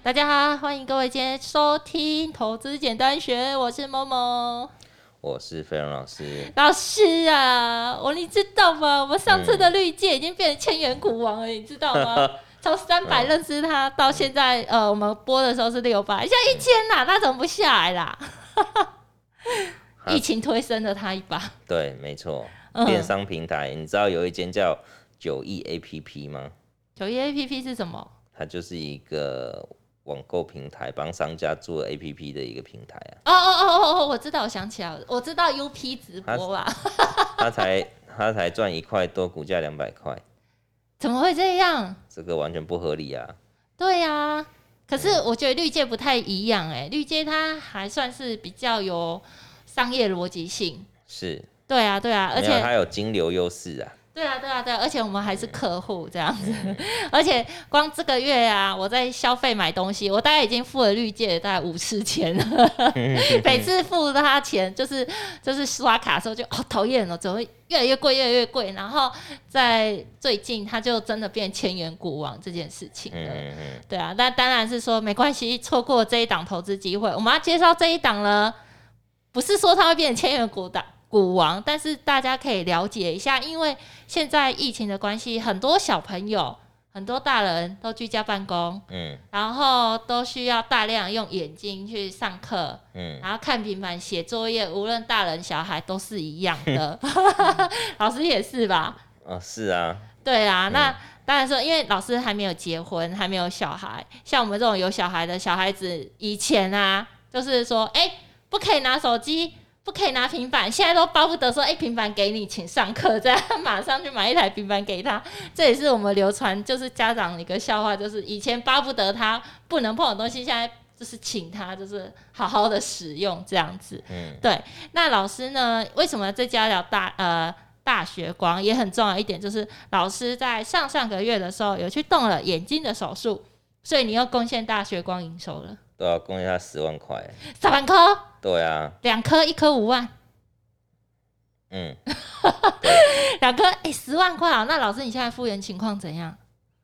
大家好，欢迎各位今天收听投资简单学，我是某某， 我是飞龙老师。 老师啊，你知道吗？我们上次的绿界已经变成千元股王了，你知道吗？从300认识他到现在，我们播的时候是600，现在1000啦，他怎么不下来啦？疫情推升了他一把。 对，没错，电商平台，你知道有一间叫9亿 APP 吗 ？9亿 APP 是什么？ 它就是一个网购平台，帮商家做 APP 的一个平台啊。 哦，我知道，我想起来了，我知道 UP 直播吧。 他才赚1块多，股价200块， 怎么会这样？ 这个完全不合理啊。 对啊，可是我觉得绿界不太一样绿界它还算是比较有商业逻辑性。 是。 对啊，而且它有金流优势啊。 对啊，而且我们还是客户这样子，而且光这个月啊，我在消费买东西，我大概已经付了绿界大概5次钱了，每次付他钱就是刷卡的时候就好讨厌哦，怎么会越来越贵，然后在最近他就真的变千元股王这件事情了。对啊，那当然是说没关系，错过这一档投资机会，我们要介绍这一档了，不是说它会变成千元股王，但是大家可以了解一下，因为现在疫情的关系，很多小朋友、很多大人都居家办公，然后都需要大量用眼睛去上课，然后看平板写作业，无论大人小孩都是一样的，老师也是吧？ 是啊。 对啊，那当然说，因为老师还没有结婚，还没有小孩，像我们这种有小孩的小孩子，以前啊，就是说，不可以拿手机。不可以拿平板，现在都巴不得说，平板给你，请上课，这样马上去买一台平板给他。这也是我们流传，就是家长一个笑话，就是以前巴不得他不能碰的东西，现在就是请他，就是好好的使用这样子。对。那老师呢？为什么在家聊大学光也很重要一点，就是老师在上个月的时候有去动了眼睛的手术，所以你又贡献大学光营收了。 对啊，贡献他10万块。 10万颗？ 对啊 ，2颗，1颗5万。2颗10万块啊！那老师你现在复原情况怎样？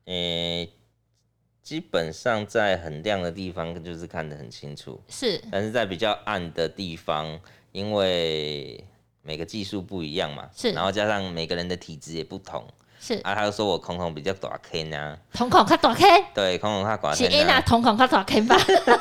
基本上在很亮的地方就是看得很清楚， 是， 但是在比较暗的地方，因为每个技术不一样嘛， 是， 然后加上每个人的体质也不同。 是啊，他就说我瞳孔比较大坑啊， 瞳孔较大坑， 对，瞳孔较大坑啊， 是因为瞳孔较大坑吧？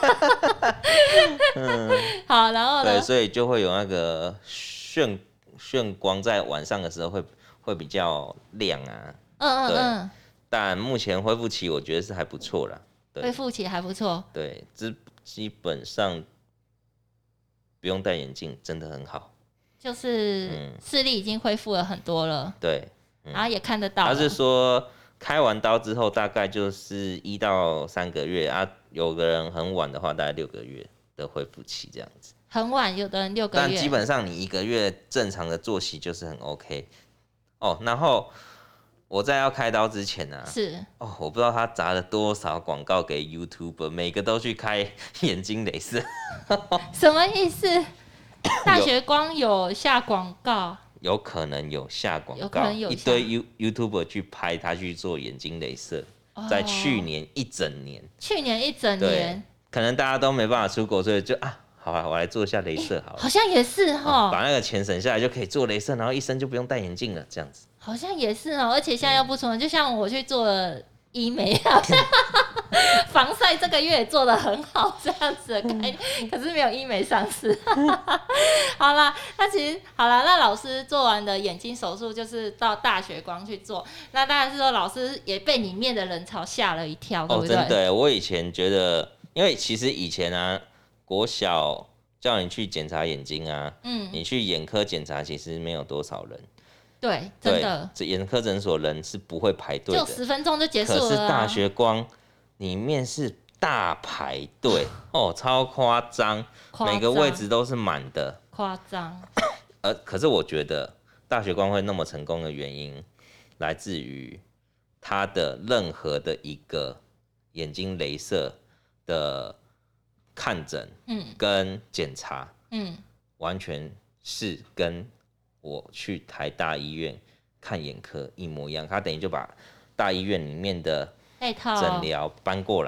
好，然后呢？ 对，所以就会有那个眩光，在晚上的时候会比较亮啊。但目前恢复期我觉得是还不错啦。 恢复期还不错。 对，基本上不用戴眼镜，真的很好。 就是视力已经恢复了很多了。 对。 然后也看得到了。 他是说开完刀之后大概就是1到3个月啊，有的人很晚的话大概6个月的恢复期这样子。 很晚，有的人6个月。 但基本上你1个月正常的作息就是很 OK 哦。然后我在要开刀之前呢，我不知道他砸了多少广告给 YouTuber， 每个都去开眼睛雷射。 什么意思？大学光有下广告？ 有可能有下广告，一堆 YouTuber 去拍他去做眼睛雷射，在去年一整年。对，可能大家都没办法出国，所以就好吧，我来做一下雷射好了。 好像也是把那个钱省下来就可以做雷射，然后一生就不用戴眼镜了，这样子。 好像也是而且现在又不出门，就像我去做了医美啊。防晒这个月也做得很好，这样子的概念，可是没有医美上市。好啦，那其实好啦，那老师做完的眼睛手术就是到大学光去做，那当然是说老师也被里面的人潮吓了一跳，对不对？ 真的，我以前觉得，因为其实以前国小叫你去检查眼睛你去眼科检查，其实没有多少人。 对，真的， 这眼科诊所人是不会排队的， 就10分钟就结束了。 可是大学光里面是大排队超夸张，每个位置都是满的， 夸张。 可是我觉得大学光会那么成功的原因，来自于它的任何的一个眼睛雷射的看诊，跟检查，完全是跟我去台大医院看眼科一模一样。他等于就把大医院里面的诊疗搬过来，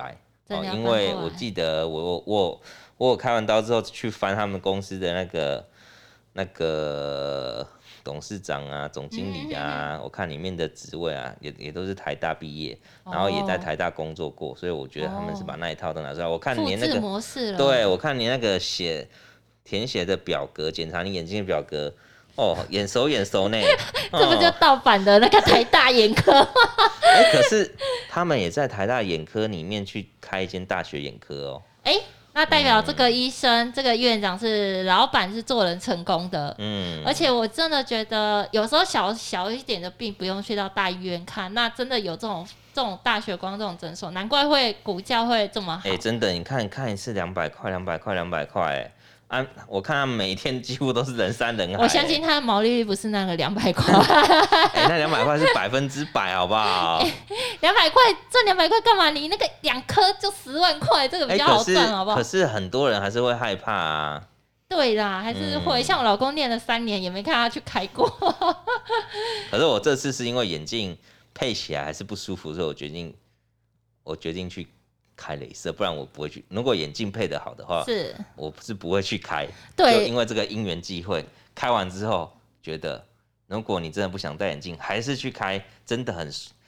因为我记得我有开完刀之后去翻他们公司的那个董事长啊、总经理啊，我看里面的职位啊，也都是台大毕业，然后也在台大工作过，所以我觉得他们是把那一套都拿出来。我看连那个模式了， 对我看你那个填写的表格，检查你眼睛的表格，眼熟呢。 这不就盗版的那个台大眼科吗？ 可是他们也在台大眼科里面去开一间大学眼科哦。 那代表这个医生、这个院长是老板，是做人成功的。而且我真的觉得，有时候小一点的病不用去到大医院看，那真的有这种大学光这种诊所，难怪股价会这么好。 真的，你看一次200块，我看他们每天几乎都是人山人海。 我相信他的毛利率不是那个200块。 那200块是100%，好不好 ？200块赚200块干嘛？你那个2颗就10万块，这个比较好赚，好不好？ 可是很多人还是会害怕啊。 对啦，还是会。像我老公念了3年，也没看他去开过。 可是我这次是因为眼镜配起来还是不舒服，所以我决定去开雷射，不然我不会去。如果眼镜配得好的话，我是不会去开。 对， 就因为这个因缘际会，开完之后觉得，如果你真的不想戴眼镜，还是去开，真的很，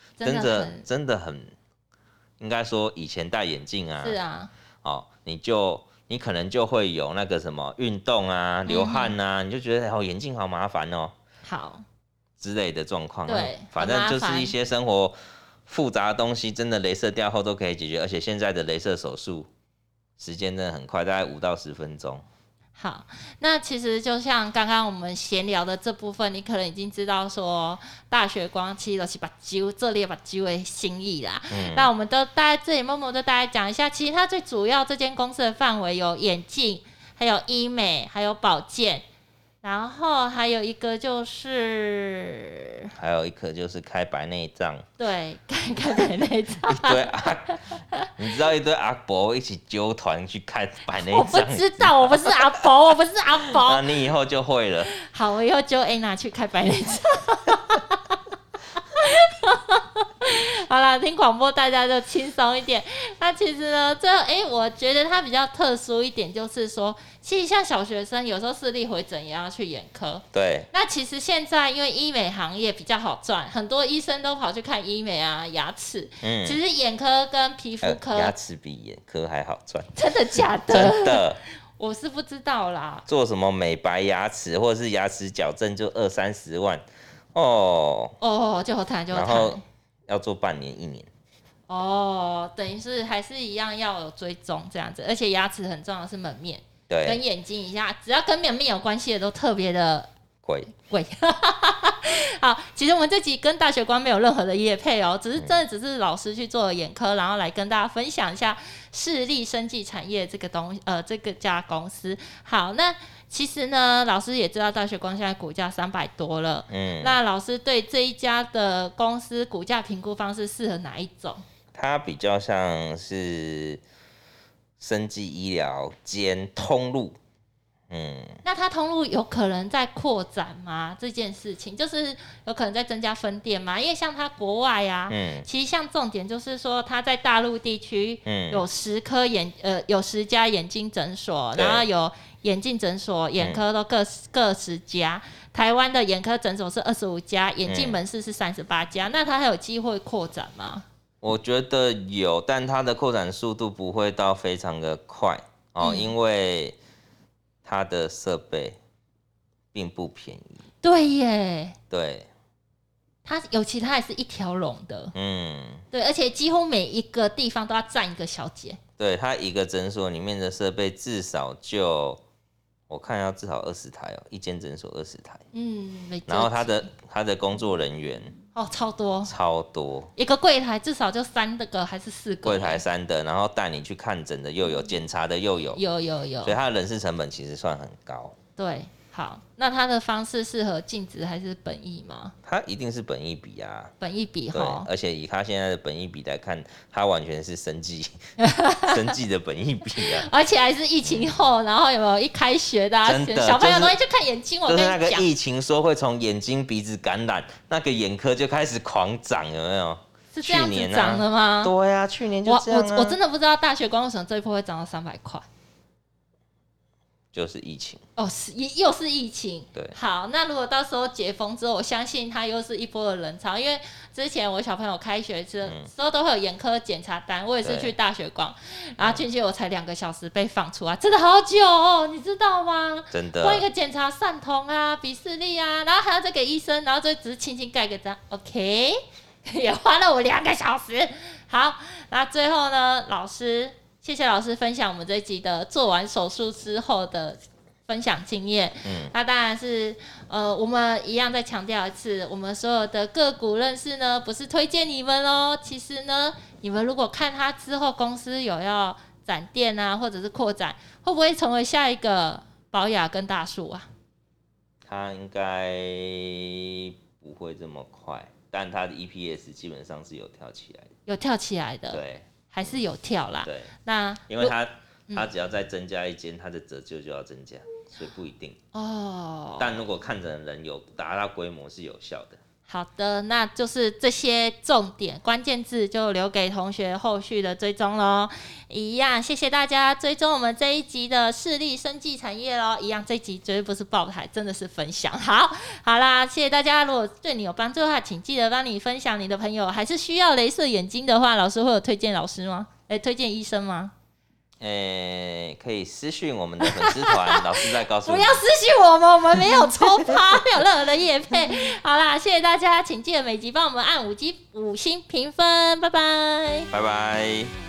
应该说以前戴眼镜啊， 是啊， 你可能就会有那个什么运动啊、流汗啊，你就觉得眼镜好麻烦哦， 好之类的状况。 对， 反正就是一些生活复杂的东西，真的雷射掉后都可以解决，而且现在的雷射手术时间真的很快，大概5到10分钟。 好，那其实就像刚刚我们闲聊的这部分，你可能已经知道说大学光其实就是把这里把揪的心意啦。那我们都大概这里默默都大概讲一下，其实它最主要这间公司的范围有眼镜，还有医美，还有保健。然后还有一个就是开白内障， 对，开白内障， 你知道一堆阿伯一起揪团去开白内障？ 我不知道，我不是阿伯， 那你以后就会了。 好，我以后揪 Anna 去开白内障。好啦，听广播大家就轻松一点。那其实呢，我觉得它比较特殊一点，就是说，其实像小学生有时候视力回诊也要去眼科。 对。 那其实现在因为医美行业比较好赚，很多医生都跑去看医美啊、牙齿。其实眼科跟皮肤科， 牙齿比眼科还好赚。 真的假的？ 真的。 我是不知道啦。 做什么美白牙齿或者是牙齿矫正就20-30万。 就好谈。 然后要做半年1年。 等于是还是一样要有追踪这样子，而且牙齿很重要的是门面， 对， 跟眼睛一下，只要跟门面有关系的都特别的贵。好，其实我们这集跟大学光没有任何的业配哦，只是老师去做了眼科，然后来跟大家分享一下视力生技产业这个家公司。好，那其实呢，老师也知道大学光现在股价300多了，那老师对这一家的公司股价评估方式适合哪一种？ 它比较像是生技医疗兼通路。 那它通路有可能在扩展吗？这件事情就是有可能在增加分店吗？因为像它国外啊，其实像重点就是说它在大陆地区有10家眼睛诊所，然后有眼镜诊所、眼科都各10家。台湾的眼科诊所是25家，眼镜门市是38家。那它还有机会扩展吗？ 我觉得有，但它的扩展速度不会到非常的快因为它的设备并不便宜。 对耶。 对。 它尤其它还是一条龙的。对，而且几乎每一个地方都要站一个小姐。 对，它一个诊所里面的设备至少就我看要至少20台一间诊所20台。然后他的工作人员超多，一个柜台至少就3个还是4个？ 柜台3的，然后带你去看诊的又有，检查的又有， 有， 所以他的人事成本其实算很高。 对，好，那他的方式适合净值还是本益吗？ 他一定是本益比啊， 本益比对，而且以他现在的本益比来看，他完全是生技的本益比啊， 而且还是疫情后，然后有没有一开学的小朋友都会去看眼睛？我跟你讲， 就是那个疫情说会从眼睛鼻子感染，那个眼科就开始狂涨，有没有？ 是这样子涨的吗？ 对啊，去年就这样啊。 我真的不知道大学光为什么这一波会涨到300块。 就是疫情哦，又是疫情。 对， 好，那如果到时候解封之后，我相信它又是一波的人潮，因为之前我小朋友开学的时候都会有眼科检查单，我也是去大学光，然后进去我才2个小时被放出来，真的好久哦，你知道吗？ 真的， 光一个检查散瞳啊、鼻视力啊，然后还要再给医生，然后就只是轻轻盖个章 ，OK， 也花了我2个小时。好，那最后呢，谢谢老师分享我们这一集的做完手术之后的分享经验。那当然是我们一样再强调一次，我们所有的个股认识呢，不是推荐你们哦。其实呢，你们如果看它之后公司有要展店啊，或者是扩展，会不会成为下一个宝雅跟大树啊？ 它应该不会这么快，但它的 EPS 基本上是有跳起来的。 有跳起来的。 对。 还是有跳啦， 对， 那因为它只要再增加一间，它的折旧就要增加，所以不一定哦。但如果看诊的人有达到规模是有效的。 好的，那就是这些重点关键字就留给同学后续的追踪咯。一样，谢谢大家追踪我们这一集的视力生技产业咯。一样，这一集绝对不是爆台，真的是分享。好啦，谢谢大家。如果对你有帮助的话，请记得帮你分享你的朋友。还是需要雷射眼睛的话，老师会有推荐老师吗？推荐医生吗？ 可以私讯我们的粉丝团，老师再告诉你。 不要私讯我们，我们没有抽趴，没有任何的业配。好啦，谢谢大家，请记得每集帮我们按5星评分，拜拜， 拜拜。